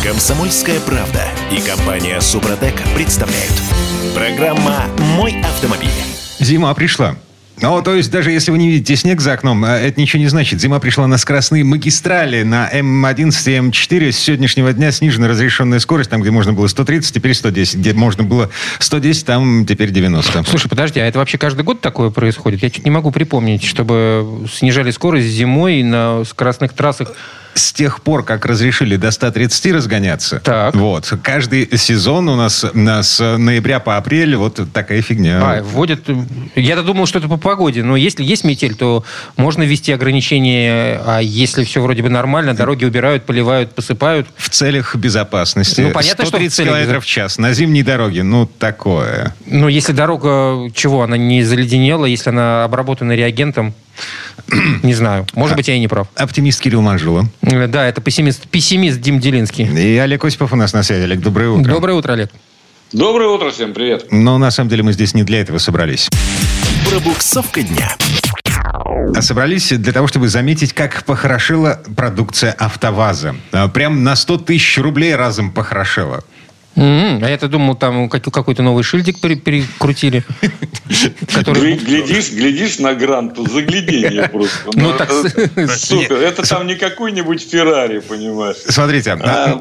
Комсомольская правда и компания «Супротек» представляют. Программа «Мой автомобиль». Зима пришла. Ну, то есть, даже если вы не видите снег за окном, это ничего не значит. Зима пришла на скоростные магистрали, на М11 и М4. С сегодняшнего дня снижена разрешенная скорость. Там, где можно было 130, теперь 110. Где можно было 110, там теперь 90. Слушай, подожди, а это вообще каждый год такое происходит? Я чуть не могу припомнить, чтобы снижали скорость зимой на скоростных трассах. С тех пор, как разрешили до 130 разгоняться, так. Вот, каждый сезон у нас с ноября по апрель вот такая фигня. Вводят... Я-то думал, что это по погоде, но если есть метель, то можно ввести ограничения, а если все вроде бы нормально, дороги убирают, поливают, посыпают. В целях безопасности. Ну, понятно, 130 что километров в час на зимней дороге, ну, такое. Но если дорога, она не заледенела, если она обработана реагентом, не знаю. Может быть, я и не прав. Оптимист Кирилл Манжула. Да, это пессимист Дим Делинский. И Олег Осипов у нас на связи. Олег, доброе утро. Доброе утро, Олег. Доброе утро, всем привет. Но на самом деле мы здесь не для этого собрались. Пробуксовка дня. А собрались для того, чтобы заметить, как похорошела продукция АвтоВАЗа. Прям на 100 тысяч рублей разом похорошела. А я-то думал, там какой-то новый шильдик перекрутили. Глядишь на гранту, загляденье просто. Сука, это там не какой-нибудь Феррари, понимаешь. Смотрите.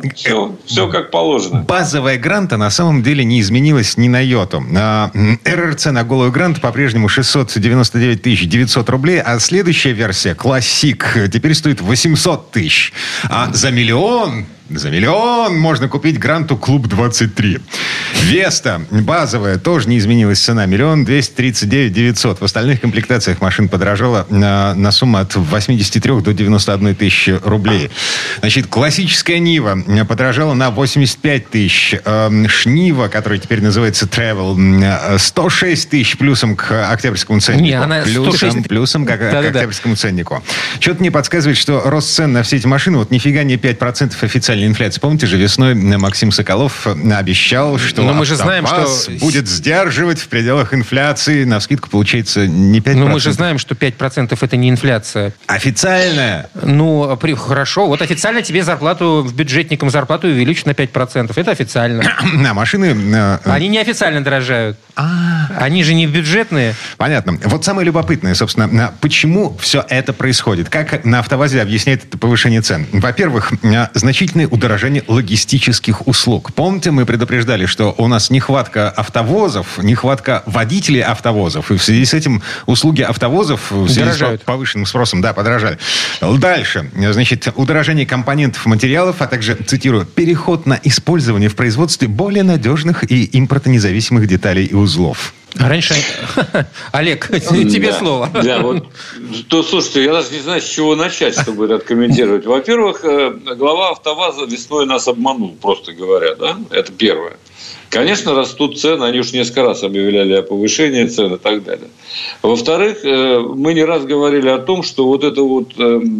Все как положено. Базовая гранта на самом деле не изменилась ни на йоту. РРЦ на голую гранту по-прежнему 699 900 рублей, а следующая версия, Классик, теперь стоит 800 тысяч. А за миллион можно купить гранту Клуб 23. Веста базовая тоже не изменилась цена. 1 239 900. В остальных комплектациях машин подорожала на сумму от 83 до 91 тысячи рублей. Значит, классическая Нива подорожала на 85 тысяч. Шнива, которая теперь называется Travel, 106 тысяч плюсом к октябрьскому ценнику. Не, она 106... Плюсом к октябрьскому ценнику. Что-то мне подсказывает, что рост цен на все эти машины, вот нифига не 5% официальной инфляции. Помните же, весной Максим Соколов обещал, что мы же знаем, что будет сдерживать в пределах инфляции. Навскидку получается не 5%. Но мы же знаем, что 5% это не инфляция. Официальная? Ну, хорошо. Вот официально тебе бюджетникам зарплату увеличат на 5%. Это официально. А машины... Они неофициально дорожают. Они же не бюджетные. Понятно. Вот самое любопытное, собственно, почему все это происходит? Как на АвтоВАЗе объясняет это повышение цен? Во-первых, значительное удорожание логистических услуг. Помните, мы предупреждали, что у нас нехватка автовозов, нехватка водителей автовозов. И в связи с этим услуги автовозов в связи с повышенным спросом, подорожали. Дальше. Значит, удорожание компонентов, материалов, а также, цитирую, переход на использование в производстве более надежных и импортонезависимых деталей и узлов. Раньше... Олег, тебе слово. Да, слушайте, я даже не знаю, с чего начать, чтобы это комментировать. Во-первых, глава АвтоВАЗа весной нас обманул, просто говоря, да? Это первое. Конечно, растут цены, они уж несколько раз объявляли о повышении цен и так далее. Во-вторых, мы не раз говорили о том, что вот это вот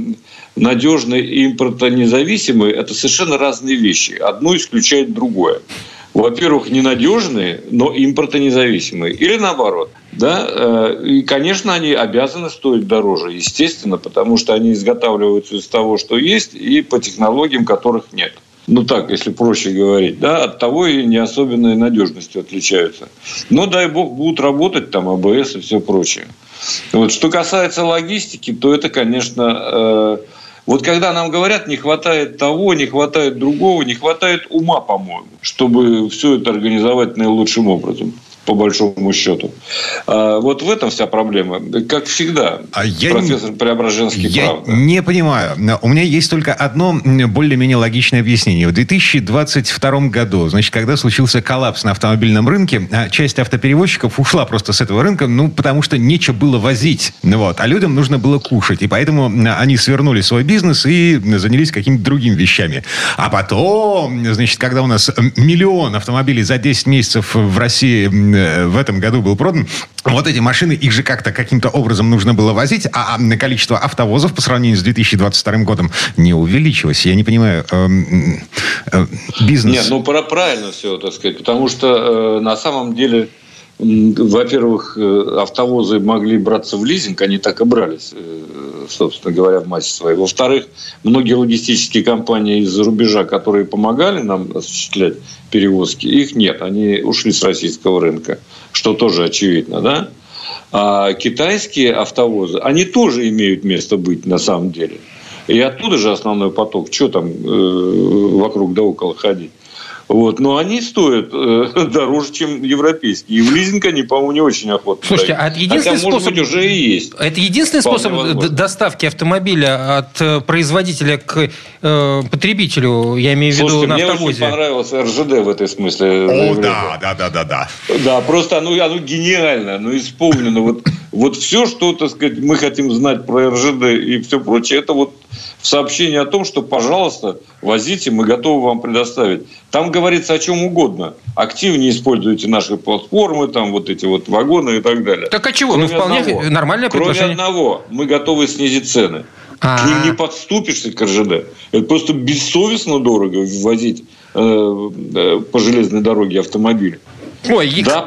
надежный и импортонезависимый – это совершенно разные вещи. Одно исключает другое. Во-первых, ненадежные, но импортонезависимые. Или наоборот. Да? И, конечно, они обязаны стоить дороже, естественно, потому что они изготавливаются из того, что есть, и по технологиям, которых нет. Ну так, если проще говорить. Да? От того и не особенной надежностью отличаются. Но, дай бог, будут работать там АБС и все прочее. Вот. Что касается логистики, то это, конечно... Вот когда нам говорят, не хватает того, не хватает другого, не хватает ума, по-моему, чтобы все это организовать наилучшим образом, по большому счету. Вот в этом вся проблема. Как всегда, профессор Преображенский прав. Я не понимаю. У меня есть только одно более-менее логичное объяснение. В 2022 году, значит, когда случился коллапс на автомобильном рынке, часть автоперевозчиков ушла просто с этого рынка, потому что нечего было возить. А людям нужно было кушать. И поэтому они свернули свой бизнес и занялись какими-то другими вещами. А потом, значит, когда у нас 1 миллион автомобилей за 10 месяцев в России в этом году был продан, вот эти машины, их же как-то каким-то образом нужно было возить, а количество автовозов по сравнению с 2022 годом не увеличилось. Я не понимаю, бизнес... Нет, правильно все, так сказать, потому что на самом деле во-первых, автовозы могли браться в лизинг, они так и брались, собственно говоря, в массе своей. Во-вторых, многие логистические компании из-за рубежа, которые помогали нам осуществлять перевозки, их нет, они ушли с российского рынка, что тоже очевидно, да? А китайские автовозы, они тоже имеют место быть на самом деле. И оттуда же основной поток. Что там вокруг да около ходить? Вот. Но они стоят дороже, чем европейские. И в лизинг они, по-моему, не очень охотно. Слушайте, дают. а это единственный Хотя, может быть, уже и есть. Это единственный способ доставки автомобиля от производителя к потребителю, я имею в виду на автовозе? Мне очень понравилось РЖД в этой смысле. О, да. Да, просто оно гениально, оно исполнено. Вот все, что, так сказать, мы хотим знать про РЖД и все прочее, это вот сообщение о том, что, пожалуйста, возите, мы готовы вам предоставить. Там говорится о чем угодно. Активнее используйте наши платформы, там вот эти вот вагоны и так далее. Так а чего? Вполне нормальное предложение. Кроме одного, мы готовы снизить цены. К ним не подступишься, к РЖД. Это просто бессовестно дорого ввозить по железной дороге автомобили. Ой, да,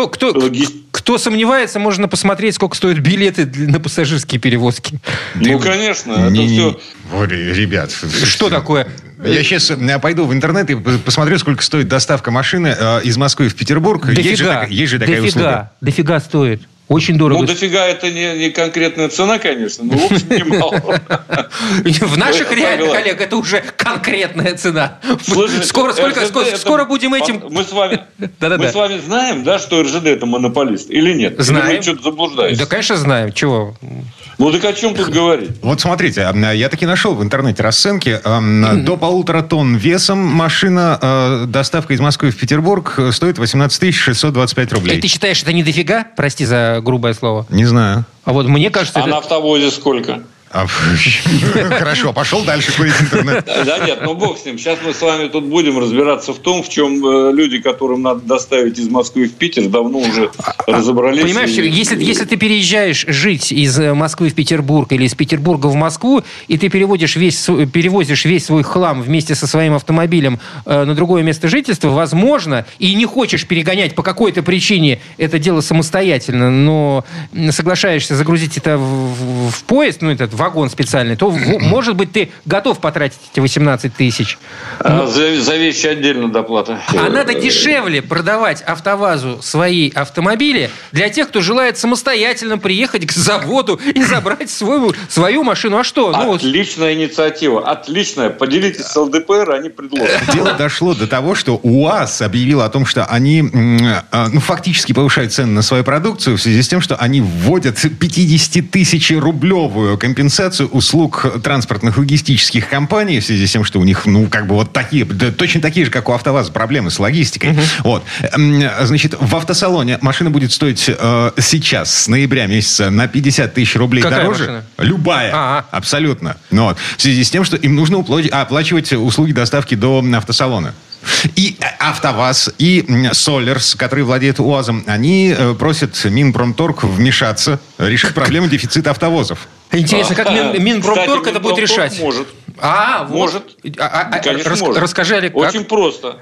кто сомневается, можно посмотреть, сколько стоят билеты на пассажирские перевозки. Ну, конечно. Это все... Ребят. Что такое? Я сейчас пойду в интернет и посмотрю, сколько стоит доставка машины из Москвы в Петербург. Дофига. Есть же такая услуга. Дофига стоит. Очень дорого. Ну, дофига это не конкретная цена, конечно, но, в общем, немало. В наших реальных, Олег, это уже конкретная цена. Скоро будем этим... Мы с вами знаем, да, что РЖД это монополист или нет? Знаем. Или мы что-то заблуждаемся? Да, конечно, знаем. Чего? Ну, так о чем тут говорить? Вот смотрите, я таки нашел в интернете расценки. До 1,5 тонн весом машина, доставка из Москвы в Петербург стоит 18 625 рублей. И ты считаешь, это не дофига? Прости за грубое слово. Не знаю. А вот мне кажется... А на автовозе сколько? Хорошо, пошел дальше курить интернет. Да нет, ну бог с ним. Сейчас мы с вами тут будем разбираться в том, в чем люди, которым надо доставить из Москвы в Питер, давно уже разобрались. Понимаешь, если ты переезжаешь жить из Москвы в Петербург или из Петербурга в Москву, и ты перевозишь весь свой хлам вместе со своим автомобилем на другое место жительства, возможно, и не хочешь перегонять по какой-то причине это дело самостоятельно, но соглашаешься загрузить это в поезд, ну, этот вагон специальный, то, может быть, ты готов потратить эти 18 тысяч. За вещи отдельно доплата. А надо дешевле продавать АвтоВАЗу свои автомобили для тех, кто желает самостоятельно приехать к заводу и забрать свою машину. А что? Отличная инициатива. Отличная. Поделитесь с ЛДПР, они предложат. Дело дошло до того, что УАЗ объявил о том, что они фактически повышают цены на свою продукцию в связи с тем, что они вводят 50-тысячерублевую компенсацию услуг транспортных логистических компаний в связи с тем, что у них, точно такие же, как у АвтоВАЗа, проблемы с логистикой. Вот. Значит, в автосалоне машина будет стоить сейчас, с ноября месяца, на 50 тысяч рублей дороже. Машина? Любая. Абсолютно. В связи с тем, что им нужно оплачивать услуги доставки до автосалона. И АвтоВАЗ, и Солерс, который владеет УАЗом, они просят Минпромторг вмешаться, решить проблему дефицита автовозов. Интересно, как Минпромторг это будет решать? Может. Может. Конечно, может. Расскажи, Олег, как? Очень просто.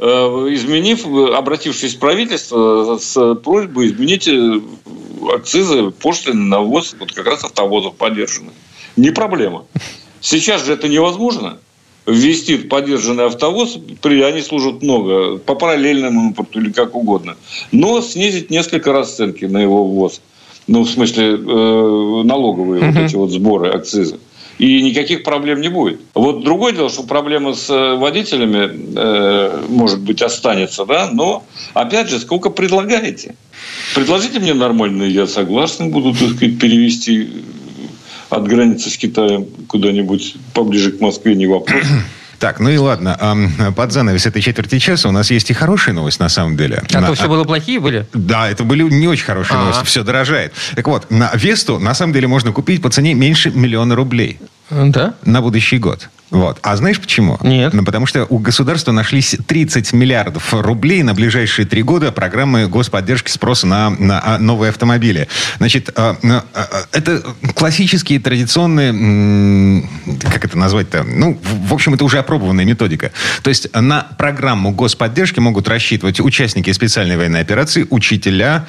Обратившись в правительство с просьбой изменить акцизы, пошлины на ввоз вот как раз автовозов подержанных. Не проблема. Сейчас же это невозможно. Ввести подержанный автовоз, они служат много, по параллельному импорту или как угодно, но снизить несколько расценки на его ввоз. В смысле, налоговые вот эти вот сборы, акцизы. И никаких проблем не будет. Вот другое дело, что проблема с водителями, может быть, останется, да, но, опять же, сколько предлагаете? Предложите мне нормально, я согласен буду, так сказать, перевести от границы с Китаем куда-нибудь поближе к Москве, не вопрос. Так, ну и ладно. Под занавес этой четверти часа у нас есть и хорошая новость, на самом деле. То все было плохие были? Да, это были не очень хорошие новости. Все дорожает. Так вот, на Весту, на самом деле, можно купить по цене меньше 1 000 000 рублей. Да? На будущий год. Вот. А знаешь почему? Нет. Ну, потому что у государства нашлись 30 миллиардов рублей на ближайшие 3 года программы господдержки спроса на новые автомобили. Значит, это классические, традиционные, как это назвать-то? Ну, в общем, это уже опробованная методика. То есть на программу господдержки могут рассчитывать участники специальной военной операции, учителя,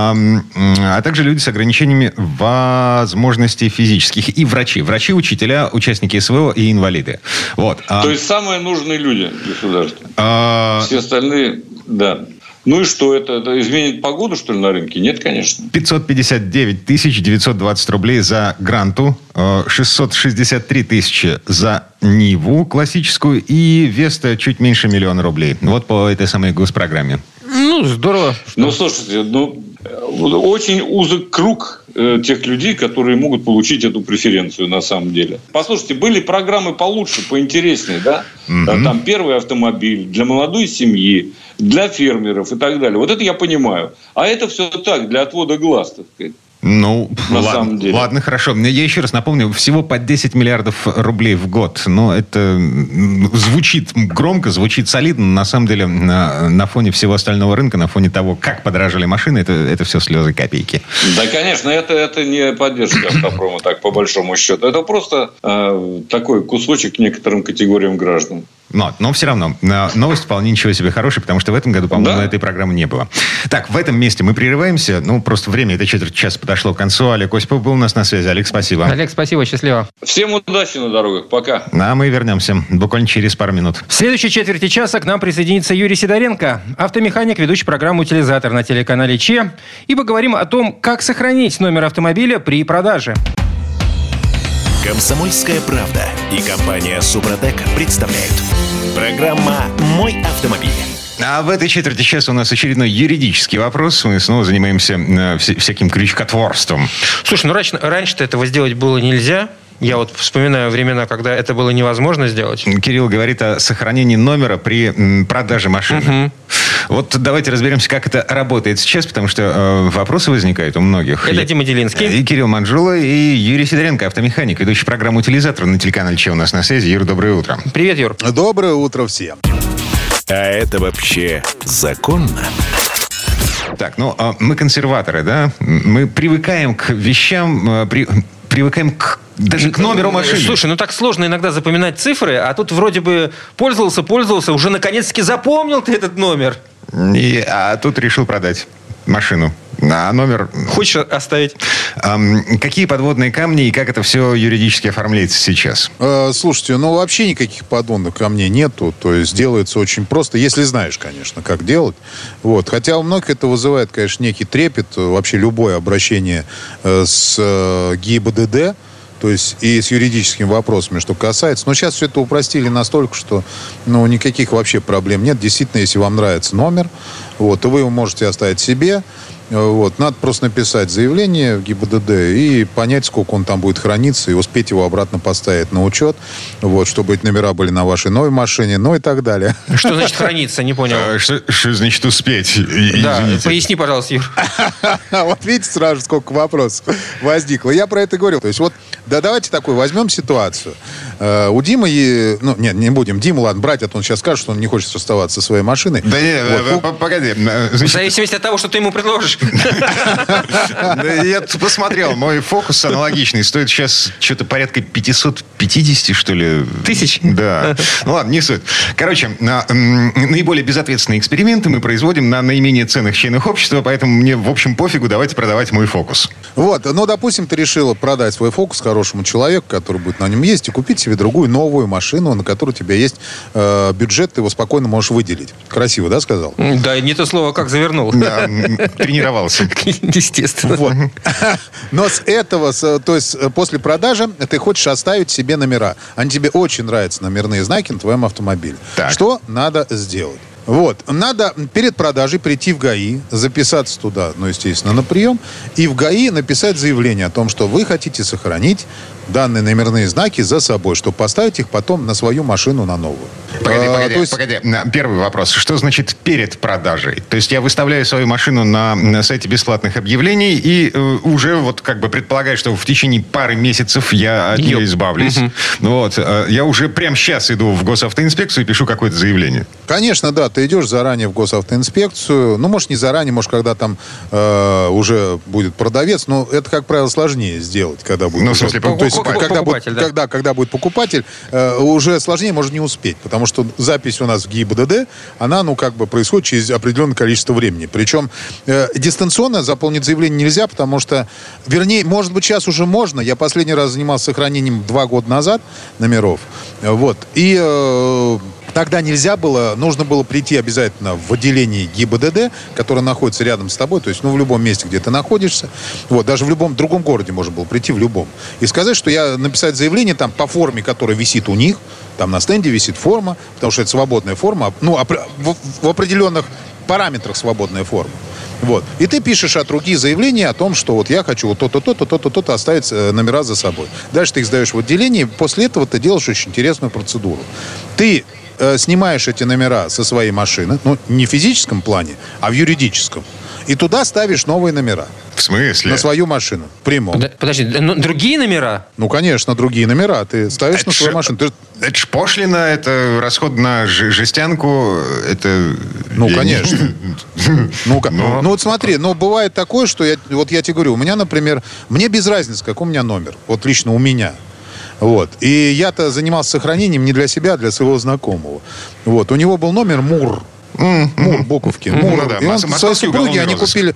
а также люди с ограничениями возможностей физических и врачи. Врачи, учителя, участники СВО и инвалиды. Вот. То есть самые нужные люди государства. Все остальные, да. Ну и что, это изменит погоду, что ли, на рынке? Нет, конечно. 559 920 рублей за Гранту, 663 тысячи за Ниву классическую и Веста чуть меньше 1 000 000 рублей. Вот по этой самой госпрограмме. Ну, здорово. Ну, слушайте, очень узок круг тех людей, которые могут получить эту преференцию на самом деле. Послушайте, были программы получше, поинтереснее, да? Там первый автомобиль для молодой семьи, для фермеров и так далее. Вот это я понимаю. А это все так, для отвода глаз, так сказать. Ну, на самом деле. Ладно, хорошо. Я еще раз напомню, всего по 10 миллиардов рублей в год. Но это звучит громко, звучит солидно. На самом деле, на фоне всего остального рынка, на фоне того, как подорожали машины, это все слезы копейки. Да, конечно, это не поддержка автопрома, так, по большому счету. Это просто такой кусочек некоторым категориям граждан. Но все равно, новость вполне ничего себе хорошая, потому что в этом году, по-моему, этой программы не было. Так, в этом месте мы прерываемся. Ну, просто время, это четверть часа подошло к концу. Олег Осипов был у нас на связи. Олег, спасибо. Олег, спасибо, счастливо. Всем удачи на дорогах. Пока. А мы вернемся буквально через пару минут. В следующей четверти часа к нам присоединится Юрий Сидоренко, автомеханик, ведущий программу «Утилизатор» на телеканале ЧЕ. И поговорим о том, как сохранить номер автомобиля при продаже. «Комсомольская правда» и компания «Супротек» представляют. Программа «Мой автомобиль». А в этой четверти часа у нас очередной юридический вопрос. Мы снова занимаемся всяким крючкотворством. Слушай, раньше-то этого сделать было нельзя. Я вот вспоминаю времена, когда это было невозможно сделать. Кирилл говорит о сохранении номера при продаже машины. Вот давайте разберемся, как это работает сейчас, потому что вопросы возникают у многих. Это Дима Делинский. И Кирилл Манжула, и Юрий Сидоренко, автомеханик, ведущий программу «Утилизатор» на телеканале ЧЕ у нас на связи. Юр, доброе утро. Привет, Юр. Доброе утро всем. А это вообще законно? Так, мы консерваторы, да? Мы привыкаем к вещам, привыкаем даже к номеру машины. Слушай, так сложно иногда запоминать цифры, а тут вроде бы пользовался, уже наконец-таки запомнил ты этот номер. А тут решил продать машину. А номер... Хочешь оставить? Какие подводные камни и как это все юридически оформляется сейчас? Слушайте, вообще никаких подводных камней нету. То есть делается очень просто, если знаешь, конечно, как делать. Вот. Хотя у многих это вызывает, конечно, некий трепет. Вообще любое обращение с ГИБДД, то есть и с юридическими вопросами, что касается. Но сейчас все это упростили настолько, что никаких вообще проблем нет. Действительно, если вам нравится номер, то вы его можете оставить себе. Надо просто написать заявление в ГИБДД и понять, сколько он там будет храниться, и успеть его обратно поставить на учет, чтобы эти номера были на вашей новой машине, и так далее. Что значит храниться? Не понял. Что значит успеть? Да, поясни, пожалуйста, Юр. Вот видите сразу, сколько вопросов возникло. Я про это говорил. То есть давайте возьмем ситуацию. У Димы, не будем Диму, ладно, брать, а то он сейчас скажет, что он не хочет расставаться со своей машиной. Да нет, погоди. В зависимости от того, что ты ему предложишь. Я посмотрел, мой фокус аналогичный. Стоит сейчас что-то порядка 550, что ли. Тысяч? Да. Ладно, не суть. Короче, наиболее безответственные эксперименты мы производим на наименее ценных членах общества, поэтому мне, в общем, пофигу, давайте продавать мой фокус. Допустим, ты решила продать свой фокус хорошему человеку, который будет на нем ездить, и купить себе другую новую машину, на которую у тебя есть бюджет, ты его спокойно можешь выделить. Красиво, да, сказал? Да, не то слово, как завернул. Да, тренировался. Естественно. Но с этого, то есть после продажи, ты хочешь оставить себе номера. Они тебе очень нравятся, номерные знаки на твоем автомобиле. Так. Что надо сделать? Надо перед продажей прийти в ГАИ, записаться туда, естественно, на прием, и в ГАИ написать заявление о том, что вы хотите сохранить данные номерные знаки за собой, чтобы поставить их потом на свою машину, на новую. Погоди. Первый вопрос. Что значит перед продажей? То есть я выставляю свою машину на сайте бесплатных объявлений и уже вот как бы предполагаю, что в течение пары месяцев я от нее избавлюсь. Вот. Я уже прямо сейчас иду в госавтоинспекцию и пишу какое-то заявление. Конечно, да. Ты идешь заранее в госавтоинспекцию. Ну, может, не заранее, может, когда там уже будет продавец. Но это, как правило, сложнее сделать, когда будет... Ну, в смысле, когда будет покупатель, уже сложнее, может не успеть. Потому что запись у нас в ГИБДД, она, происходит через определенное количество времени. Причем дистанционно заполнить заявление нельзя, потому что, вернее, может быть, сейчас уже можно. Я последний раз занимался сохранением 2 года назад номеров. Вот. И тогда нельзя было, нужно было прийти обязательно в отделение ГИБДД, которое находится рядом с тобой, то есть, в любом месте, где ты находишься. Вот, даже в любом другом городе можно было прийти, в любом. И сказать, что я написать заявление там по форме, которая висит у них, там на стенде висит форма, потому что это свободная форма, в определенных параметрах свободная форма. Вот. И ты пишешь от руки заявление о том, что вот я хочу вот то-то, то-то, то-то, то-то оставить номера за собой. Дальше ты их сдаешь в отделение, после этого ты делаешь очень интересную процедуру. Ты снимаешь эти номера со своей машины, не в физическом плане, а в юридическом, и туда ставишь новые номера. В смысле? На свою машину, в прямом. Подожди, другие номера? Ну, конечно, другие номера ты ставишь на свою машину. Это ж пошлина, это расход на жестянку, это... Ну, конечно. Ну, вот смотри, бывает такое, что я тебе говорю, у меня, например, мне без разницы, какой у меня номер, вот лично у меня. Вот. И я-то занимался сохранением не для себя, а для своего знакомого. Вот. У него был номер МУР. Мур, буковки. Мур. Ну, да. И он своей супруге, они купили...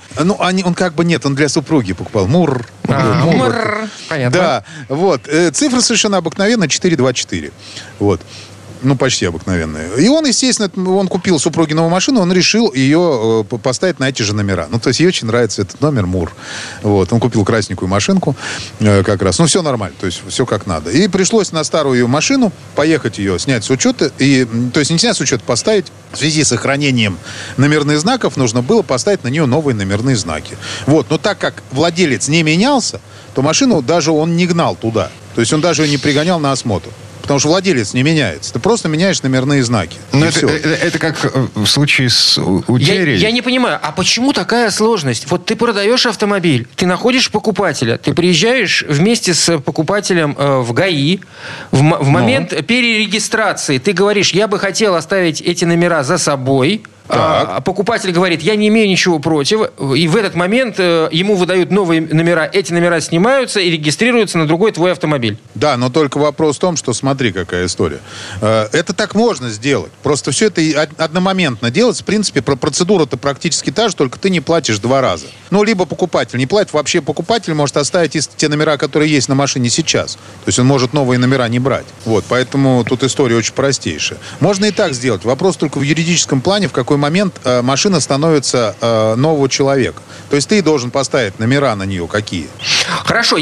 он для супруги покупал. Мур. Понятно. Да. Вот. Цифра совершенно обыкновенная, 424. Вот. Почти обыкновенная. И он, естественно, он купил супруге новую машину, он решил ее поставить на эти же номера. То есть ей очень нравится этот номер МУР. Вот. Он купил красненькую машинку как раз. Все нормально, то есть все как надо. И пришлось на старую ее машину поехать ее, снять с учета. То есть не снять с учета, поставить в связи с сохранением номерных знаков, нужно было поставить на нее новые номерные знаки. Вот. Но так как владелец не менялся, то машину даже он не гнал туда. То есть он даже ее не пригонял на осмотр. Потому что владелец не меняется. Ты просто меняешь номерные знаки. Это как в случае с утерей. Я не понимаю, а почему такая сложность? Вот ты продаешь автомобиль, ты находишь покупателя, ты приезжаешь вместе с покупателем в ГАИ, в момент перерегистрации ты говоришь, я бы хотел оставить эти номера за собой. А покупатель говорит, я не имею ничего против. И в этот момент ему выдают новые номера. Эти номера снимаются и регистрируются на другой твой автомобиль. Да, но только вопрос в том, что смотри, какая история. Это так можно сделать. Просто все это одномоментно делать. В принципе, процедура-то практически та же, только ты не платишь 2 раза. Либо покупатель не платит. Вообще покупатель может оставить те номера, которые есть на машине сейчас. То есть он может новые номера не брать. Вот, поэтому тут история очень простейшая. Можно и так сделать. Вопрос только в юридическом плане, в какой момент машина становится нового человека. То есть ты должен поставить номера на нее какие. Хорошо,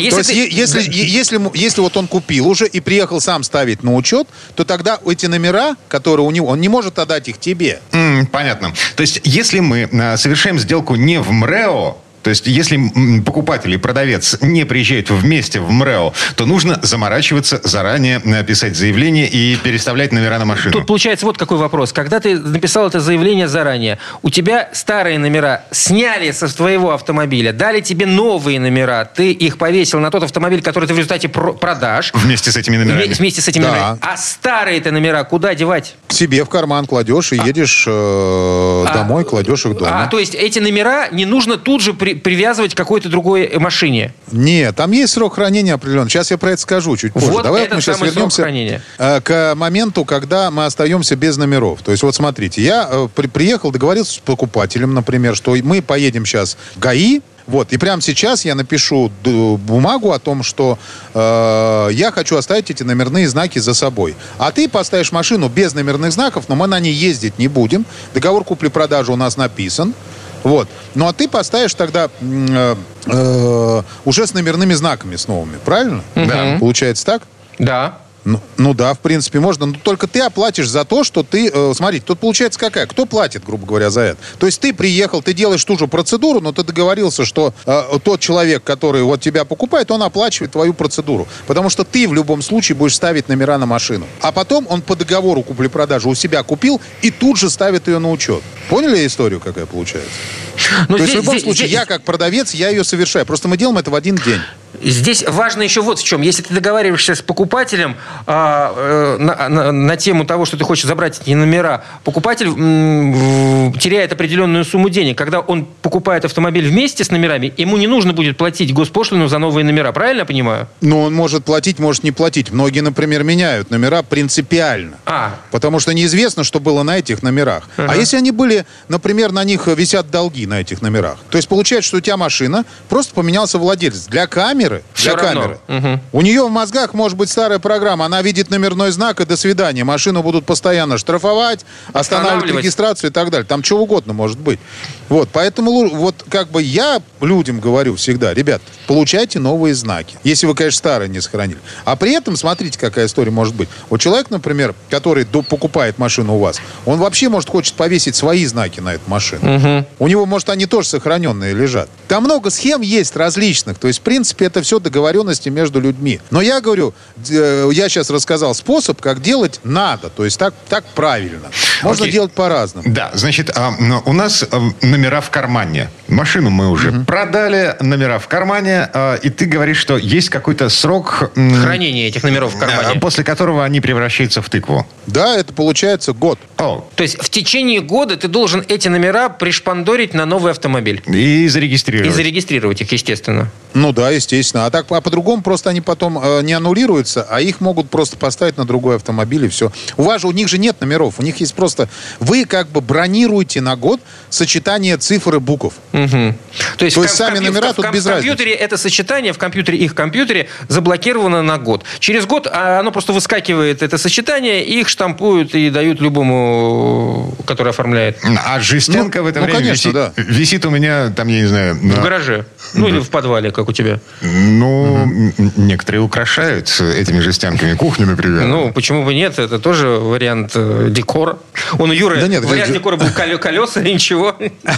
если вот он купил уже и приехал сам ставить на учет, то тогда эти номера, которые у него, он не может отдать их тебе. Понятно. То есть если мы совершаем сделку не в МРЭО, то есть, если покупатель и продавец не приезжают вместе в МРЭО, то нужно заморачиваться, заранее написать заявление и переставлять номера на машину. Тут получается вот какой вопрос. Когда ты написал это заявление заранее, у тебя старые номера сняли со твоего автомобиля, дали тебе новые номера, ты их повесил на тот автомобиль, который ты в результате продашь. Вместе с этими номерами. Вместе с этими номерами. А старые-то номера куда девать? К себе в карман кладешь и едешь домой, кладешь их дома. То есть эти номера не нужно тут же привязывать к какой-то другой машине? Нет, там есть срок хранения определенный. Сейчас я про это скажу чуть позже. Вот давай этот мы сейчас самый вернемся срок хранения. К моменту, когда мы остаемся без номеров. То есть вот смотрите, я приехал, договорился с покупателем, например, что мы поедем сейчас в ГАИ. Вот, и прямо сейчас я напишу бумагу о том, что я хочу оставить эти номерные знаки за собой. А ты поставишь машину без номерных знаков, но мы на ней ездить не будем. Договор купли-продажи у нас написан. Вот. Ну, а ты поставишь тогда уже с номерными знаками, с новыми. Правильно? Да. Получается так? Да. Ну да, в принципе, можно. Но только ты оплатишь за то, что ты... Смотрите, тут получается какая? Кто платит, грубо говоря, за это? То есть ты приехал, ты делаешь ту же процедуру, но ты договорился, что тот человек, который вот тебя покупает, он оплачивает твою процедуру. Потому что ты в любом случае будешь ставить номера на машину. А потом он по договору купли-продажи у себя купил и тут же ставит ее на учет. Поняли историю, какая получается? То есть в любом случае, я как продавец, я ее совершаю. Просто мы делаем это в один день. Здесь важно еще вот в чем. Если ты договариваешься с покупателем на тему того, что ты хочешь забрать эти номера, покупатель теряет определенную сумму денег. Когда он покупает автомобиль вместе с номерами, ему не нужно будет платить госпошлину за новые номера. Правильно я понимаю? Ну, он может платить, может не платить. Многие, например, меняют номера принципиально. Потому что неизвестно, что было на этих номерах. А если они были, например, на них висят долги на этих номерах? То есть получается, что у тебя машина, просто поменялся владелец. Для камеры. У нее в мозгах может быть старая программа. Она видит номерной знак и до свидания. Машину будут постоянно штрафовать, останавливать регистрацию и так далее. Там что угодно может быть. Вот, поэтому вот как бы я людям говорю всегда: ребят, получайте новые знаки. Если вы, конечно, старые не сохранили. А при этом, смотрите, какая история может быть. Вот человек, например, который покупает машину у вас, он вообще, может, хочет повесить свои знаки на эту машину. У него, может, они тоже сохраненные лежат. Там много схем есть различных. То есть, в принципе, это все договоренности между людьми. Но я говорю, я сейчас рассказал способ, как делать надо. То есть так правильно. Можно делать по-разному. Да, значит, у нас номера в кармане. Машину мы уже продали, номера в кармане. И ты говоришь, что есть какой-то срок... хранения этих номеров в кармане. После которого они превращаются в тыкву. Да, это получается год. То есть в течение года ты должен эти номера пришпандорить на новый автомобиль. И зарегистрировать. И зарегистрировать их, естественно. Ну да, естественно. А по-другому просто они потом не аннулируются, а их могут просто поставить на другой автомобиль, и все. У них же нет номеров. У них есть просто... Вы как бы бронируете на год сочетание цифр и букв. То есть сами номера тут без разницы. В компьютере это сочетание, их компьютере заблокировано на год. Через год оно просто выскакивает, это сочетание, их штампуют и дают любому, который оформляет. А жестянка в это время конечно, висит у меня, там, я не знаю... В гараже. Или в подвале, как у тебя. Некоторые украшают этими жестянками кухню, например. Почему бы нет? Это тоже вариант декора. У Юры вариант декора был колеса, и ничего.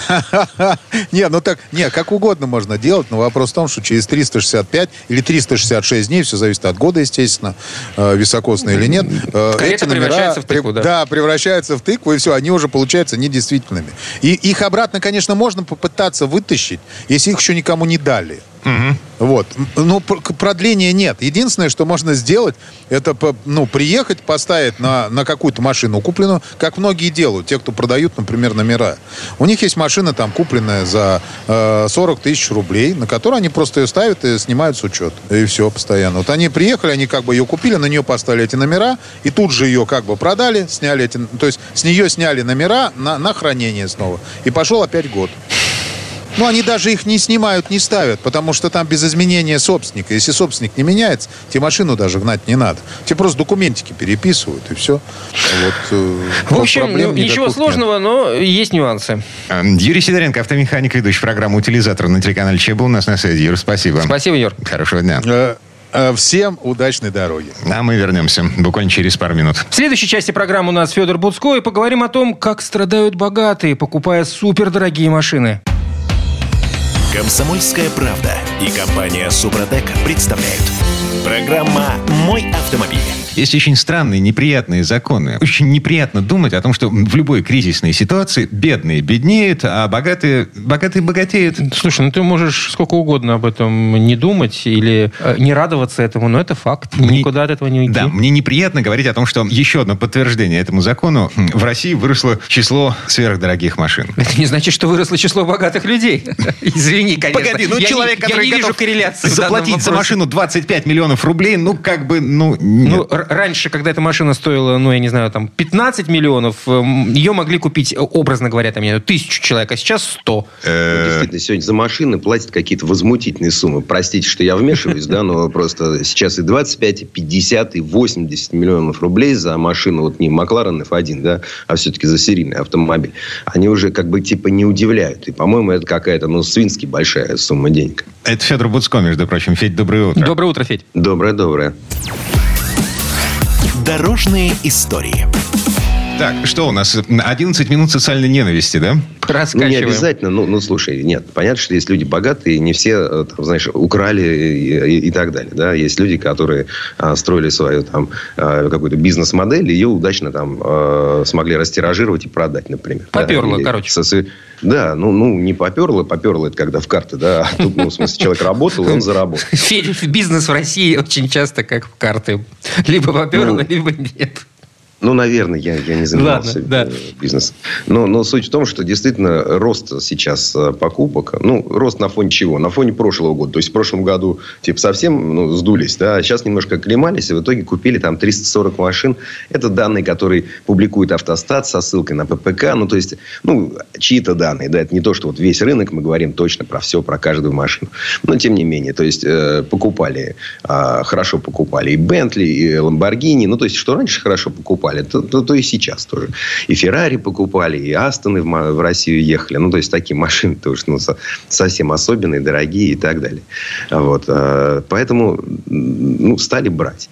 Как угодно можно делать, но вопрос в том, что через 365 или 366 дней, все зависит от года, естественно, високосные или нет, эти номера превращаются в тыкву, да, превращаются в тыкву, и все, они уже получаются недействительными. И их обратно, конечно, можно попытаться вытащить, если их еще никому не дали. Вот. Но продления нет. Единственное, что можно сделать, это приехать, поставить на какую-то машину купленную, как многие делают, те, кто продают, например, номера. У них есть машина, там, купленная за 40 тысяч рублей, на которую они просто ее ставят и снимают с учета. И все, постоянно. Вот они приехали, они как бы ее купили, на нее поставили эти номера, и тут же ее как бы продали, сняли эти... То есть с нее сняли номера на хранение снова. И пошел опять год. Они даже их не снимают, не ставят, потому что там без изменения собственника. Если собственник не меняется, тебе машину даже гнать не надо. Тебе просто документики переписывают, и все. В общем, ничего сложного, но есть нюансы. Юрий Сидоренко, автомеханик, ведущий программу «Утилизатор» на телеканале ЧЕ был у нас на связи. Юр, спасибо. Спасибо, Юр. Хорошего дня. Всем удачной дороги. А мы вернемся буквально через пару минут. В следующей части программы у нас Федор Буцко, и поговорим о том, как страдают богатые, покупая супердорогие машины. «Комсомольская правда» и компания «Супротек» представляют. Программа «Мой автомобиль». Есть очень странные, неприятные законы. Очень неприятно думать о том, что в любой кризисной ситуации бедные беднеют, а богатые богатеют. Слушай, ты можешь сколько угодно об этом не думать или не радоваться этому, но это факт. Никуда от этого не уйти. Да, мне неприятно говорить о том, что еще одно подтверждение этому закону. В России выросло число сверхдорогих машин. Это не значит, что выросло число богатых людей. Извини, конечно. Погоди, человек, который не готов корреляции заплатить за машину 25 миллионов рублей, раньше, когда эта машина стоила, я не знаю, там 15 миллионов, ее могли купить, образно говоря, там, 1000 человек, а сейчас 100. Действительно, сегодня за машины платят какие-то возмутительные суммы. Простите, что я вмешиваюсь, но просто сейчас и 25, и 50, и 80 миллионов рублей за машину, не Макларен F1, а все-таки за серийный автомобиль. Они уже не удивляют. И, по-моему, это какая-то, свински большая сумма денег. Это Федор Буцко, между прочим. Федь, доброе утро. Доброе утро, Федь. Доброе. Дорожные истории. Так, что у нас? 11 минут социальной ненависти, да? Раскачиваем. Не обязательно. Слушай, нет. Понятно, что есть люди богатые, не все, там, знаешь, украли и так далее. Да? Есть люди, которые строили свою там какую-то бизнес-модель, и ее удачно там смогли растиражировать и продать, например. Поперло, да? короче. Да, не поперло. Поперло это когда в карты, да. А тут, в смысле, человек работал, и он заработал. Бизнес в России очень часто как в карты. Либо поперло, либо нет. Наверное, я не занимался бизнесом. Но суть в том, что действительно рост сейчас покупок. Рост на фоне чего? На фоне прошлого года. То есть, в прошлом году совсем сдулись. Да? А сейчас немножко оклемались. И в итоге купили там 340 машин. Это данные, которые публикует Автостат со ссылкой на ППК. То есть, чьи-то данные. Да? Это не то, что вот весь рынок мы говорим точно про все, про каждую машину. Но, тем не менее. То есть, хорошо покупали и Бентли, и Ламборгини. То есть, что раньше хорошо покупали, то и сейчас тоже. И Феррари покупали, и Астоны в Россию ехали. То есть, такие машины тоже совсем особенные, дорогие и так далее. Вот. Поэтому стали брать.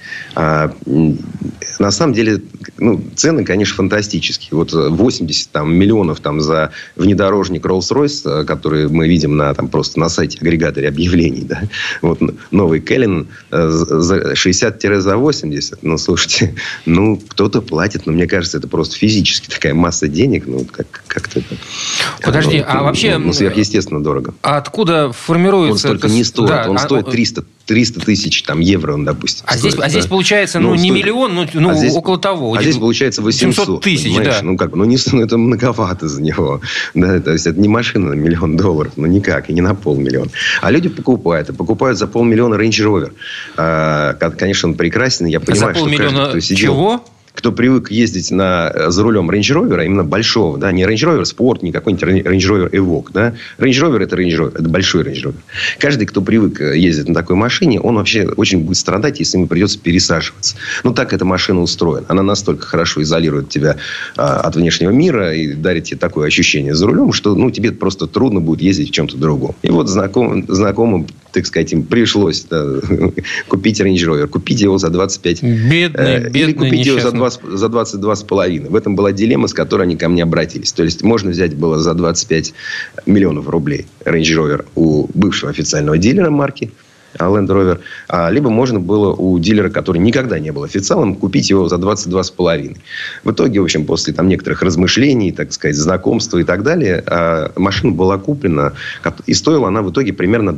На самом деле, цены, конечно, фантастические. Вот 80 миллионов за внедорожник Rolls-Royce, который мы видим просто на сайте агрегаторе объявлений. Да? Вот новый Келлин за 60-80. Слушайте, кто-то платит, но мне кажется, это просто физически такая масса денег, как-то это... Подожди, а вообще... сверхъестественно дорого. А откуда формируется... Он столько не стоит. Да, он стоит 300 тысяч евро, допустим. Здесь получается, не миллион, около того. А здесь получается 800 тысяч, да. Это многовато за него. Да, то есть, это не машина на $1 миллион, никак, и не на $500 000. А люди покупают за $500 000 Range Rover. Конечно, он прекрасен, я понимаю, что каждый, кто сидел... Чего? Кто привык ездить за рулем Range Rover, именно большого, да, не Range Rover Sport, не какой-нибудь Range Rover Evoque, да. Range Rover – это Range Rover, это большой Range Rover. Каждый, кто привык ездить на такой машине, он вообще очень будет страдать, если ему придется пересаживаться. Так эта машина устроена. Она настолько хорошо изолирует тебя от внешнего мира и дарит тебе такое ощущение за рулем, что тебе просто трудно будет ездить в чем-то другом. И вот знакомым, так сказать, им пришлось купить Range Rover. Купить его за 25. Бедный, или купить его за 22,5. В этом была дилемма, с которой они ко мне обратились. То есть, можно взять было за 25 миллионов рублей Range Rover у бывшего официального дилера марки Land Rover. Либо можно было у дилера, который никогда не был официалом, купить его за 22,5. В итоге, в общем, после некоторых размышлений, так сказать, знакомства и так далее, машина была куплена. И стоила она в итоге примерно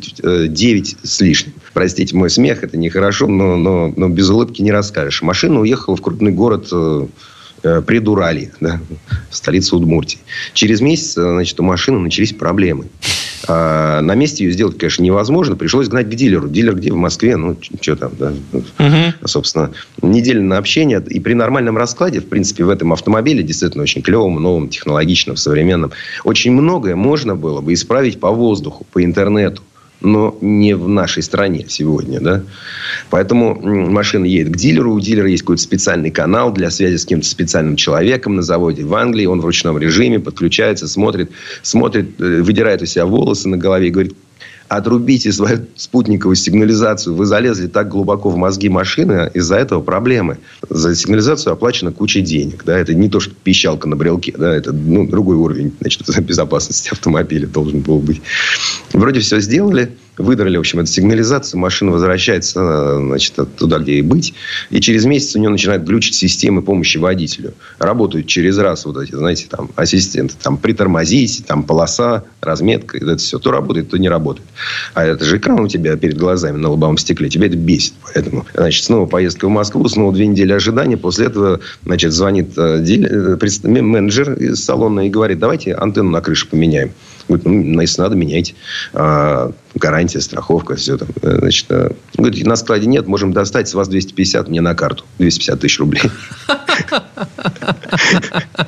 29 с лишним. Простите мой смех, это нехорошо, но без улыбки не расскажешь. Машина уехала в крупный город Предуралье, да, в столицу Удмуртии. Через месяц, у машины начались проблемы. На месте ее сделать, конечно, невозможно. Пришлось гнать к дилеру. Дилер где? В Москве. Что там, да? Собственно, неделя на общение. И при нормальном раскладе, в принципе, в этом автомобиле, действительно очень клевом, новом, технологичном, современном, очень многое можно было бы исправить по воздуху, по интернету. Но не в нашей стране сегодня, да. Поэтому машина едет к дилеру. У дилера есть какой-то специальный канал для связи с каким-то специальным человеком на заводе в Англии. Он в ручном режиме подключается, смотрит, выдирает у себя волосы на голове и говорит: отрубите свою спутниковую сигнализацию. Вы залезли так глубоко в мозги машины, из-за этого проблемы. За сигнализацию оплачена куча денег. Да? Это не то, что пищалка на брелке. Да? Это другой уровень безопасности автомобиля должен был быть. Вроде все сделали. Выдрали, в общем, эту сигнализацию. Машина возвращается, туда, где ей быть. И через месяц у нее начинают глючить системы помощи водителю. Работают через раз эти, ассистенты. Притормозить, полоса, разметка. Это все. То работает, то не работает. А это же экран у тебя перед глазами на лобовом стекле. Тебя это бесит. Поэтому, снова поездка в Москву, снова 2 недели ожидания. После этого, звонит менеджер из салона и говорит: давайте антенну на крыше поменяем. Говорит: если надо, меняйте. Гарантия, страховка, все там. Говорит: на складе нет, можем достать с вас 250 мне на карту. 250 тысяч рублей.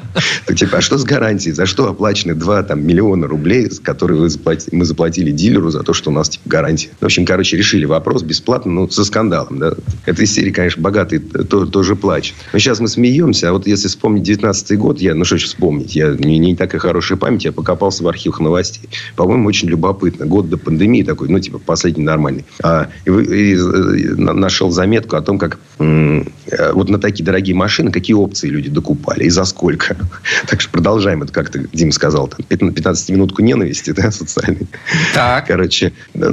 Типа, а что с гарантией? За что оплачены 2 миллиона рублей, которые мы заплатили дилеру за то, что у нас типа гарантия? В общем, решили вопрос бесплатно, но со скандалом. Да? Этой серии, конечно, богатые тоже плачут. Но сейчас мы смеемся, а вот если вспомнить 19-й год, что еще вспомнить? Не такая хорошая память, я покопался в архивах новостей. По-моему, очень любопытно. Год до пандемии такой, последний нормальный. И нашел заметку о том, как вот на такие дорогие машины, какие опции люди докупали и за сколько. Так что продолжаем. Это как-то, Дима сказал, 15-минутку ненависти, да, социальной. Так. Короче, на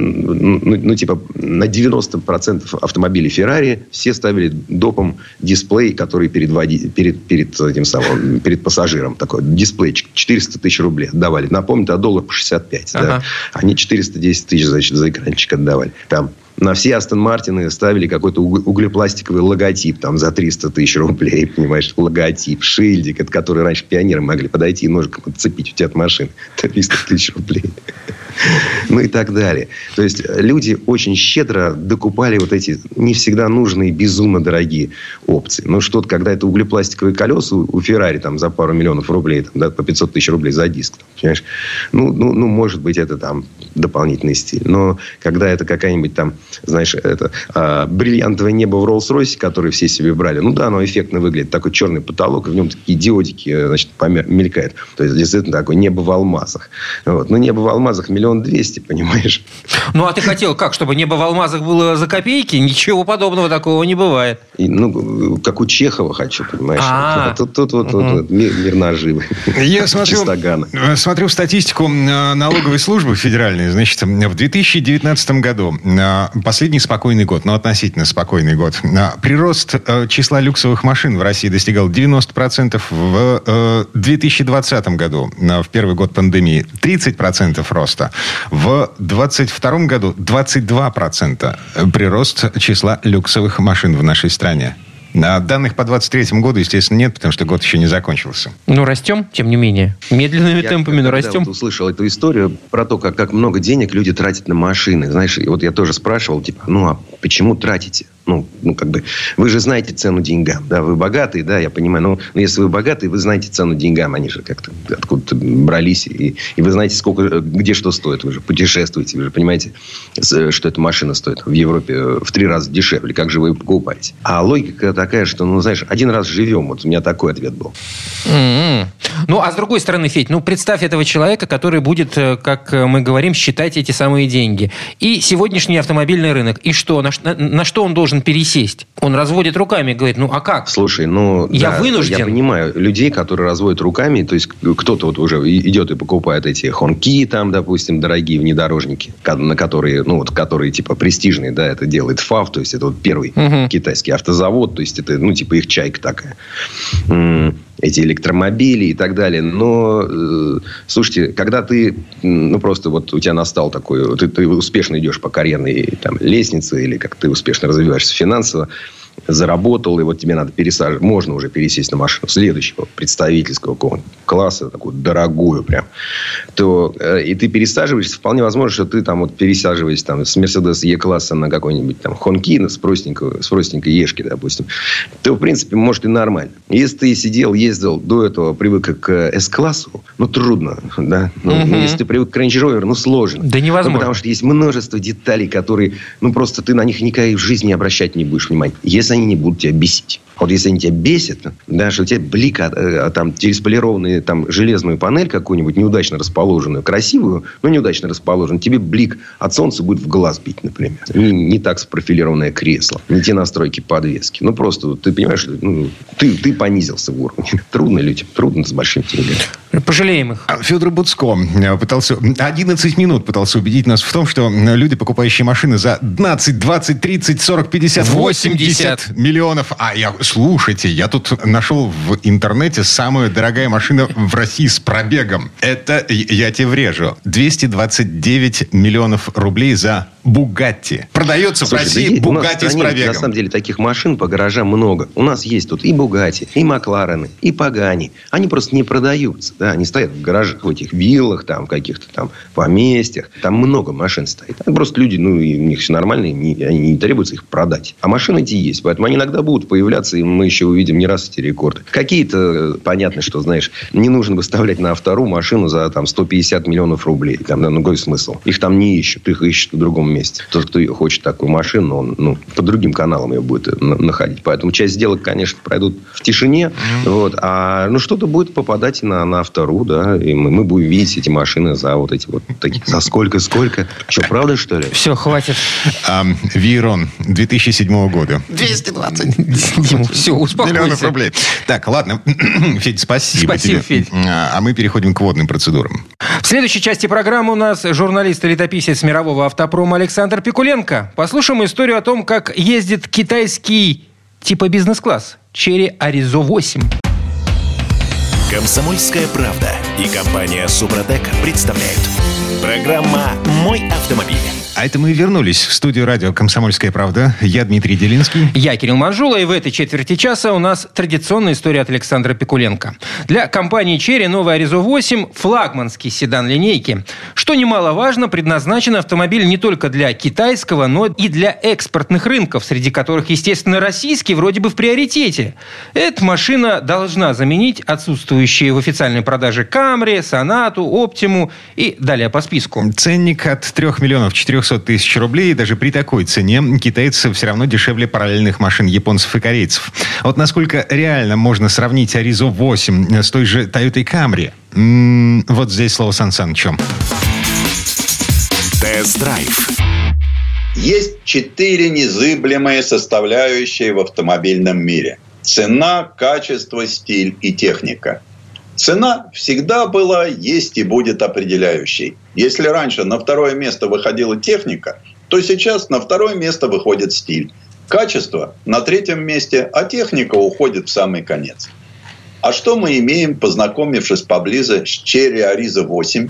90% автомобилей Ferrari все ставили допом дисплей, который перед пассажиром. Такой дисплей 400 тысяч рублей отдавали. Напомню, $1 по 65. Ага. Да? Они 410 тысяч, значит, за экранчик отдавали. Там на все Астон Мартины ставили какой-то углепластиковый логотип за 300 тысяч рублей, понимаешь, логотип, шильдик, от которого раньше пионеры могли подойти и ножиком отцепить у тебя от машины. 300 тысяч рублей. Ну и так далее. То есть люди очень щедро докупали вот эти не всегда нужные, безумно дорогие опции. Ну что-то, когда это углепластиковые колеса у Феррари за пару миллионов рублей, по 500 тысяч рублей за диск. Понимаешь? Ну, может быть, это дополнительный стиль. Но когда это какая-нибудь знаешь, это бриллиантовое небо в Роллс-Ройсе, которое все себе брали, оно эффектно выглядит. Такой черный потолок, и в нем такие диодики, значит, мелькают. То есть, действительно, такое небо в алмазах. Вот. Но небо в алмазах 1 200 000, понимаешь? Ну, а ты хотел как? Чтобы небо в алмазах было за копейки? Ничего подобного такого не бывает. Как у Чехова хочу, понимаешь? Тут мир наживы. Я смотрю статистику налоговой службы федеральной. Значит, в 2019 году, последний спокойный год, относительно спокойный год, прирост числа люксовых машин в России достигал 90%. В 2020 году, в первый год пандемии, 30% роста. В 2022 году 22% прирост числа люксовых машин в нашей стране. Данных по 2023 году, естественно, нет, потому что год еще не закончился. Растем, тем не менее. Медленными темпами, но растем. Я услышал эту историю про то, как много денег люди тратят на машины. Знаешь, и вот я тоже спрашивал, а почему тратите? Вы же знаете цену деньгам. Да, вы богатые, да, я понимаю. Но если вы богатые, вы знаете цену деньгам. Они же как-то откуда-то брались. И вы знаете, где что стоит. Вы же путешествуете. Вы же понимаете, что эта машина стоит в Европе в 3 раза дешевле. Как же вы ее покупаете? А логика такая, что, знаешь, один раз живем. Вот у меня такой ответ был. А с другой стороны, Федь, представь этого человека, который будет, как мы говорим, считать эти самые деньги. И сегодняшний автомобильный рынок. И что? На что он должен пересесть? Он разводит руками и говорит, а как? Слушай, я вынужден. Я понимаю людей, которые разводят руками, то есть кто-то вот уже идет и покупает эти Хонки, допустим, дорогие внедорожники, на которые, которые типа престижные, да, это делает ФАВ, то есть это вот первый китайский автозавод, то есть это, их чайка такая. Эти электромобили и так далее. Но, слушайте, когда ты, просто вот у тебя настал такой, ты успешно идешь по карьерной лестнице, или как ты успешно развиваешься финансово, заработал, и вот тебе надо можно уже пересесть на машину следующего представительского класса, такую дорогую прям, то и ты пересаживаешься, вполне возможно, что ты пересаживаешься с Mercedes E-класса на какой-нибудь Хонки, с простенькой Ешки, допустим, то, в принципе, может и нормально. Если ты ездил до этого, привык к S-классу, трудно, да? Если ты привык к Range Rover, сложно. Да невозможно. Потому что есть множество деталей, которые, просто ты на них никогда в жизни обращать не будешь внимания. Если они не будут тебя бесить. Вот если они тебя бесят, да, что у тебя блик, через полированную железную панель какую-нибудь неудачно расположенную, красивую, но неудачно расположенную, тебе блик от солнца будет в глаз бить, например. Не так спрофилированное кресло, не те настройки подвески. Просто ты понимаешь, что ты понизился в уровне. Трудно людям, трудно с большим деньгами. Пожалеем их. Федор Буцко 11 минут пытался убедить нас в том, что люди, покупающие машины за 15, 20, 30, 40, 50, 80 миллионов. Слушайте, я тут нашел в интернете самая дорогая машина в России с пробегом. Это, я тебе врежу, 229 миллионов рублей за Бугатти. Продается в России Бугатти с пробегом. На самом деле таких машин по гаражам много. У нас есть тут и Бугатти, и Макларены, и Пагани. Они просто не продаются. Да? Они стоят в гаражах, в этих виллах, там, в каких-то там поместьях. Там много машин стоит. Просто люди, у них все нормально, они не требуется их продать. А машины эти есть. Поэтому они иногда будут появляться, и мы еще увидим не раз эти рекорды. Какие-то, понятно, что, знаешь, не нужно выставлять на Автору машину за 150 миллионов рублей. Там, какой смысл? Их там не ищут. Их ищут в другом месте. Тот, кто хочет такую машину, он по другим каналам ее будет находить. Поэтому часть сделок, конечно, пройдут в тишине. Вот. А что-то будет попадать на Автору, да. И мы будем видеть эти машины за вот эти вот такие. За сколько? Что, правда, что ли? Все, хватит. Вейрон 2007 года. 220. Дима, все, успокойся. Миллионов рублей. Так, ладно. Федь, спасибо тебе. Федь. А мы переходим к водным процедурам. В следующей части программы у нас журналист и летописец мирового автопрома Александр Пикуленко. Послушаем историю о том, как ездит китайский типа бизнес-класс Chery Arizo 8. «Комсомольская правда» и компания «Супротек» представляют. Программа «Мой автомобиль». А это мы вернулись в студию радио «Комсомольская правда». Я Дмитрий Делинский. Я Кирилл Манжула. И в этой четверти часа у нас традиционная история от Александра Пикуленко. Для компании Chery новый Arizo 8 – флагманский седан линейки. Что немаловажно, предназначен автомобиль не только для китайского, но и для экспортных рынков, среди которых, естественно, российский вроде бы в приоритете. Эта машина должна заменить отсутствующие в официальной продаже Camry, Sonata, Optima и далее по списку. Ценник от 3 миллионов 400 тысяч рублей. Даже при такой цене китайцы все равно дешевле параллельных машин японцев и корейцев. Вот насколько реально можно сравнить Arizo 8 с той же Toyota Camry? Вот здесь слово Сан Санычу. Тест-драйв. Есть 4 незыблемые составляющие в автомобильном мире. Цена, качество, стиль и техника. Цена всегда была, есть и будет определяющей. Если раньше на второе место выходила техника, то сейчас на второе место выходит стиль. Качество на 3-м месте, а техника уходит в самый конец. А что мы имеем, познакомившись поближе с Chery Arizo 8?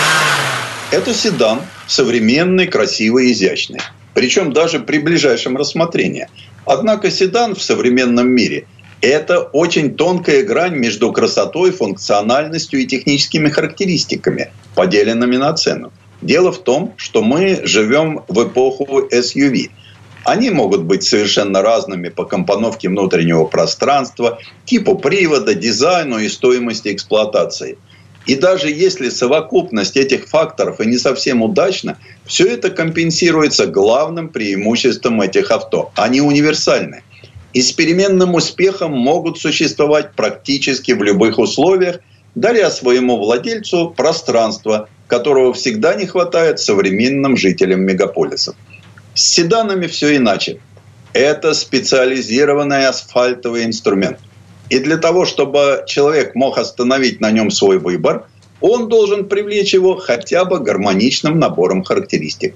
Это седан, современный, красивый, изящный. Причем даже при ближайшем рассмотрении. Однако седан в современном мире – это очень тонкая грань между красотой, функциональностью и техническими характеристиками, поделенными на цену. Дело в том, что мы живем в эпоху SUV. Они могут быть совершенно разными по компоновке внутреннего пространства, типу привода, дизайну и стоимости эксплуатации. И даже если совокупность этих факторов и не совсем удачна, все это компенсируется главным преимуществом этих авто. Они универсальны. И с переменным успехом могут существовать практически в любых условиях, даря своему владельцу пространство, которого всегда не хватает современным жителям мегаполисов. С седанами все иначе. Это специализированный асфальтовый инструмент. И для того, чтобы человек мог остановить на нем свой выбор, он должен привлечь его хотя бы гармоничным набором характеристик.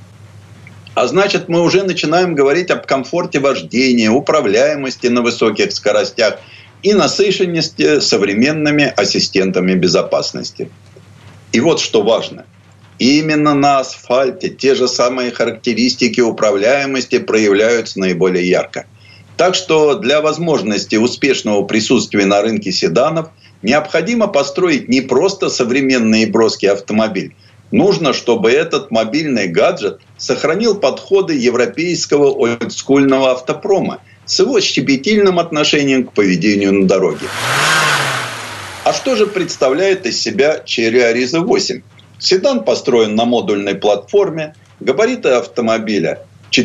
А значит, мы уже начинаем говорить об комфорте вождения, управляемости на высоких скоростях и насыщенности современными ассистентами безопасности. И вот что важно. Именно на асфальте те же самые характеристики управляемости проявляются наиболее ярко. Так что для возможности успешного присутствия на рынке седанов необходимо построить не просто современный и броский автомобиль. Нужно, чтобы этот мобильный гаджет сохранил подходы европейского олдскульного автопрома с его щепетильным отношением к поведению на дороге. А что же представляет из себя Chery Arizo 8? Седан построен на модульной платформе, габариты автомобиля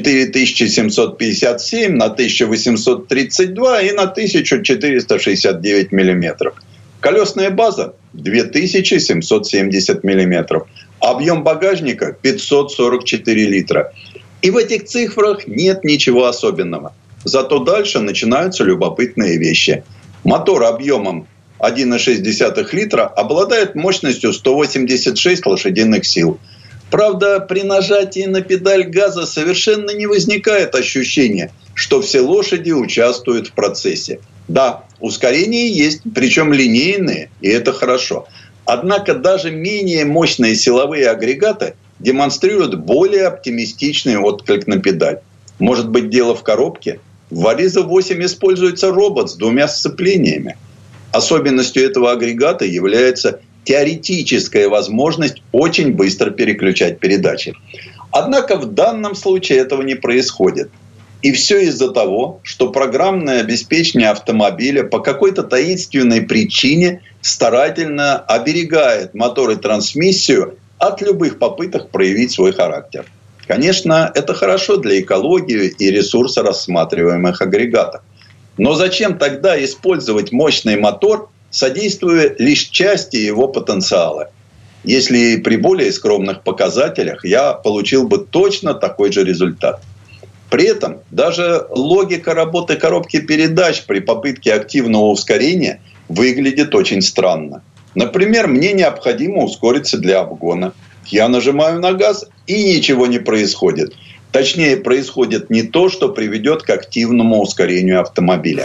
4757 на 1832 и на 1469 миллиметров. Колесная база 2770 миллиметров. Объем багажника 544 литра. И в этих цифрах нет ничего особенного. Зато дальше начинаются любопытные вещи. Мотор объемом 1,6 литра обладает мощностью 186 лошадиных сил. Правда, при нажатии на педаль газа совершенно не возникает ощущения, что все лошади участвуют в процессе. Да, ускорения есть, причем линейные, и это хорошо. Однако даже менее мощные силовые агрегаты демонстрируют более оптимистичный отклик на педаль. Может быть, дело в коробке? В Ariza 8 используется робот с 2 сцеплениями. Особенностью этого агрегата является теоретическая возможность очень быстро переключать передачи. Однако в данном случае этого не происходит. И все из-за того, что программное обеспечение автомобиля по какой-то таинственной причине старательно оберегает мотор и трансмиссию от любых попыток проявить свой характер. Конечно, это хорошо для экологии и ресурса рассматриваемых агрегатов. Но зачем тогда использовать мощный мотор, содействуя лишь части его потенциала? Если при более скромных показателях я получил бы точно такой же результат. При этом даже логика работы коробки передач при попытке активного ускорения выглядит очень странно. Например, мне необходимо ускориться для обгона. Я нажимаю на газ, и ничего не происходит. Точнее, происходит не то, что приведет к активному ускорению автомобиля.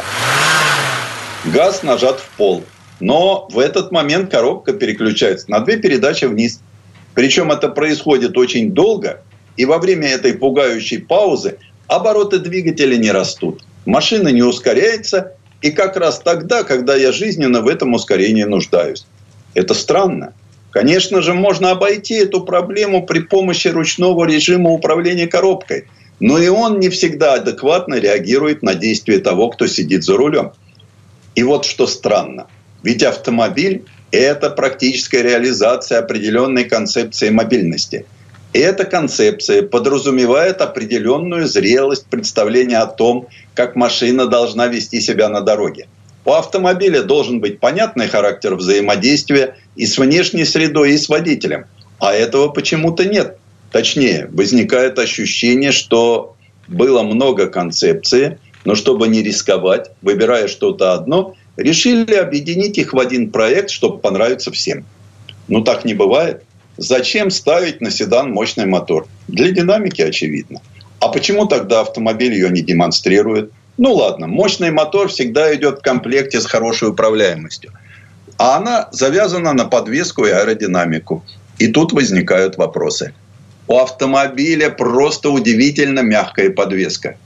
Газ нажат в пол. Но в этот момент коробка переключается на 2 передачи вниз. Причем это происходит очень долго. И во время этой пугающей паузы обороты двигателя не растут. Машина не ускоряется. И как раз тогда, когда я жизненно в этом ускорении нуждаюсь. Это странно. Конечно же, можно обойти эту проблему при помощи ручного режима управления коробкой. Но и он не всегда адекватно реагирует на действия того, кто сидит за рулем. И вот что странно. Ведь автомобиль – это практическая реализация определенной концепции мобильности. И эта концепция подразумевает определенную зрелость представления о том, как машина должна вести себя на дороге. У автомобиля должен быть понятный характер взаимодействия и с внешней средой, и с водителем. А этого почему-то нет. Точнее, возникает ощущение, что было много концепций, но чтобы не рисковать, выбирая что-то одно, решили объединить их в один проект, чтобы понравиться всем. Но так не бывает. Зачем ставить на седан мощный мотор? Для динамики, очевидно. А почему тогда автомобиль ее не демонстрирует? Ну ладно, мощный мотор всегда идет в комплекте с хорошей управляемостью. А она завязана на подвеску и аэродинамику. И тут возникают вопросы. У автомобиля просто удивительно мягкая подвеска.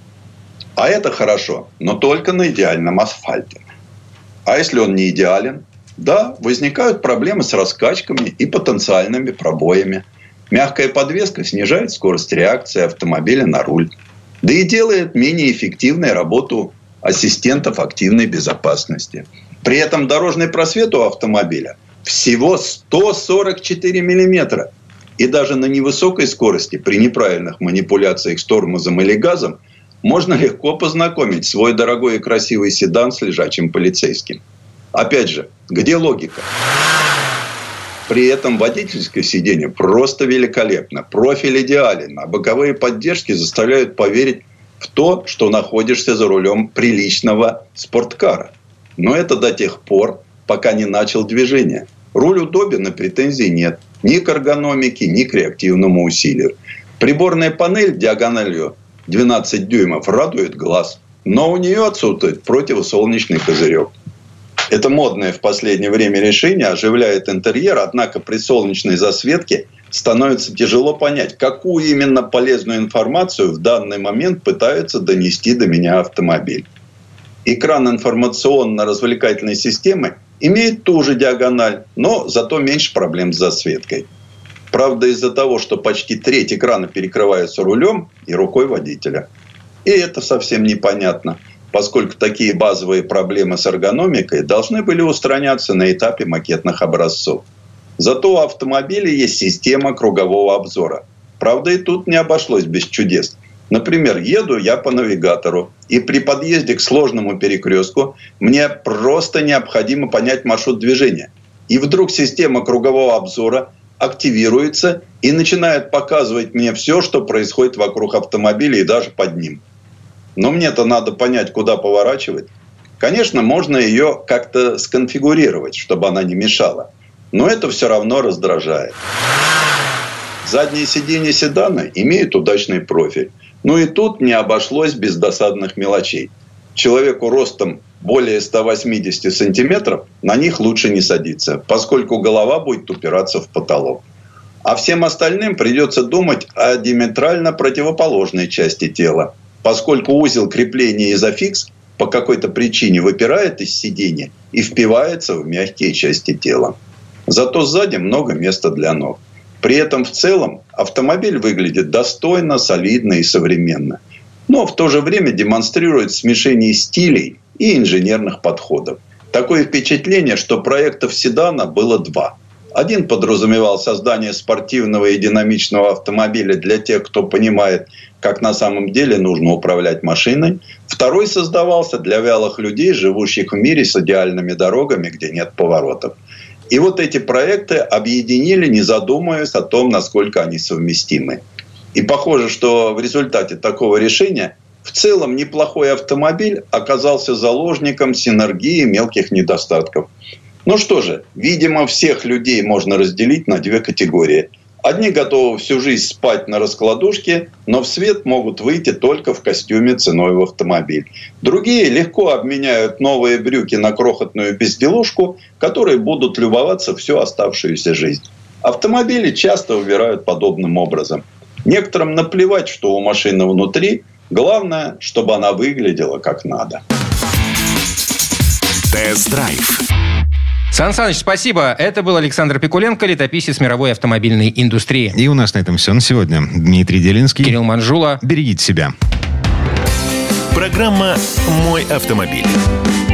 А это хорошо, но только на идеальном асфальте. А если он не идеален? Да, возникают проблемы с раскачками и потенциальными пробоями. Мягкая подвеска снижает скорость реакции автомобиля на руль. Да и делает менее эффективной работу ассистентов активной безопасности. При этом дорожный просвет у автомобиля всего 144 миллиметра. И даже на невысокой скорости при неправильных манипуляциях с тормозом или газом можно легко познакомить свой дорогой и красивый седан с лежачим полицейским. Опять же, где логика? При этом водительское сиденье просто великолепно. Профиль идеален, а боковые поддержки заставляют поверить в то, что находишься за рулем приличного спорткара. Но это до тех пор, пока не начал движение. Руль удобен, и претензий нет. Ни к эргономике, ни к реактивному усилию. Приборная панель диагональю 12 дюймов радует глаз. Но у нее отсутствует противосолнечный козырек. Это модное в последнее время решение оживляет интерьер, однако при солнечной засветке становится тяжело понять, какую именно полезную информацию в данный момент пытается донести до меня автомобиль. Экран информационно-развлекательной системы имеет ту же диагональ, но зато меньше проблем с засветкой. Правда, из-за того, что почти треть экрана перекрывается рулем и рукой водителя. И это совсем непонятно, поскольку такие базовые проблемы с эргономикой должны были устраняться на этапе макетных образцов. Зато у автомобиля есть система кругового обзора. Правда, и тут не обошлось без чудес. Например, еду я по навигатору, и при подъезде к сложному перекрестку мне просто необходимо понять маршрут движения. И вдруг система кругового обзора активируется и начинает показывать мне все, что происходит вокруг автомобиля и даже под ним. Но мне-то надо понять, куда поворачивать. Конечно, можно ее как-то сконфигурировать, чтобы она не мешала. Но это все равно раздражает. Задние сиденья седана имеют удачный профиль. Ну и тут не обошлось без досадных мелочей. Человеку ростом более 180 сантиметров на них лучше не садиться, поскольку голова будет упираться в потолок. А всем остальным придется думать о диаметрально противоположной части тела, поскольку узел крепления изофикс по какой-то причине выпирает из сиденья и впивается в мягкие части тела. Зато сзади много места для ног. При этом в целом автомобиль выглядит достойно, солидно и современно. Но в то же время демонстрирует смешение стилей и инженерных подходов. Такое впечатление, что проектов седана было два. Один подразумевал создание спортивного и динамичного автомобиля для тех, кто понимает, как на самом деле нужно управлять машиной. Второй создавался для вялых людей, живущих в мире с идеальными дорогами, где нет поворотов. И вот эти проекты объединили, не задумываясь о том, насколько они совместимы. И похоже, что в результате такого решения в целом неплохой автомобиль оказался заложником синергии мелких недостатков. Ну что же, видимо, всех людей можно разделить на две категории. Одни готовы всю жизнь спать на раскладушке, но в свет могут выйти только в костюме ценой в автомобиль. Другие легко обменяют новые брюки на крохотную безделушку, которой будут любоваться всю оставшуюся жизнь. Автомобили часто выбирают подобным образом. Некоторым наплевать, что у машины внутри. Главное, чтобы она выглядела как надо. Тест-драйв. Сан Саныч, спасибо. Это был Александр Пикуленко, летописец мировой автомобильной индустрии. И у нас на этом все на сегодня. Дмитрий Делинский. Кирилл Манжула. Берегите себя. Программа «Мой автомобиль».